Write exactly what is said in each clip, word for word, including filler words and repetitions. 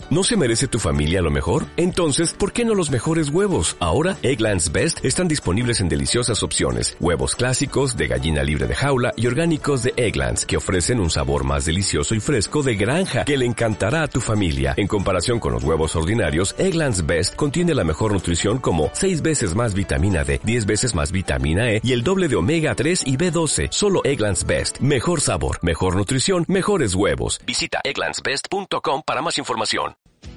¿No se merece tu familia lo mejor? Entonces, ¿por qué no los mejores huevos? Ahora, Eggland's Best están disponibles en deliciosas opciones. Huevos clásicos, de gallina libre de jaula y orgánicos de Eggland's, que ofrecen un sabor más delicioso y fresco de granja que le encantará a tu familia. En comparación con los huevos ordinarios, Eggland's Best contiene la mejor nutrición como seis veces más vitamina D, diez veces más vitamina E y el doble de omega tres y B doce. Solo Eggland's Best. Mejor sabor, mejor nutrición, mejores huevos. Visita egglands best punto com para más información.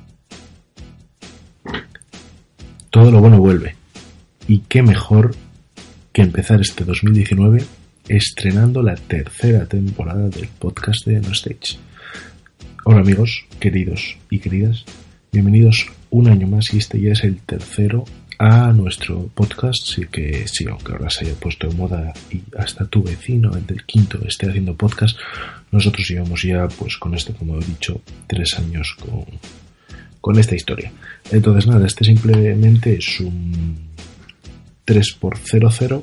Todo lo bueno vuelve. Y qué mejor que empezar este dos mil diecinueve estrenando la tercera temporada del podcast de No Stage. Hola amigos, queridos y queridas. Bienvenidos un año más y este ya es el tercero a nuestro podcast. Sí que sí, aunque ahora se haya puesto de moda y hasta tu vecino, el del quinto, esté haciendo podcast, nosotros llevamos ya, pues con este, como he dicho, tres años con... con esta historia. Entonces nada, este simplemente es un tres por cero cero,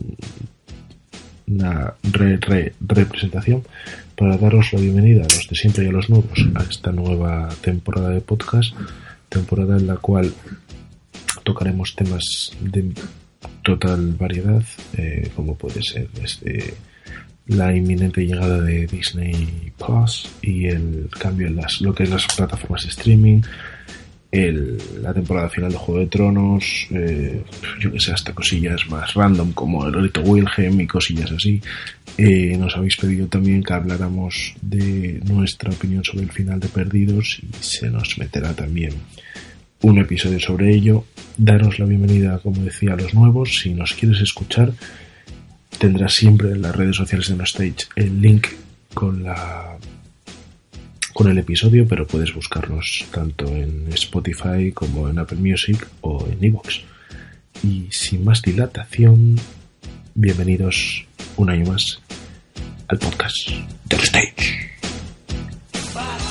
una re, re, representación para daros la bienvenida a los de siempre y a los nuevos a esta nueva temporada de podcast, temporada en la cual tocaremos temas de total variedad, eh, como puede ser desde la inminente llegada de Disney Plus y el cambio en las, lo que es las plataformas de streaming, el, la temporada final de Juego de Tronos, eh, yo que sé, hasta cosillas más random como el Rito Wilhelm y cosillas así. Eh, nos habéis pedido también que habláramos de nuestra opinión sobre el final de Perdidos y se nos meterá también un episodio sobre ello. Daros la bienvenida, como decía, a los nuevos. Si nos quieres escuchar, tendrás siempre en las redes sociales de No Stage el link con la con el episodio, pero puedes buscarnos tanto en Spotify como en Apple Music o en iVoox. Y sin más dilatación, bienvenidos un año más al podcast de No Stage.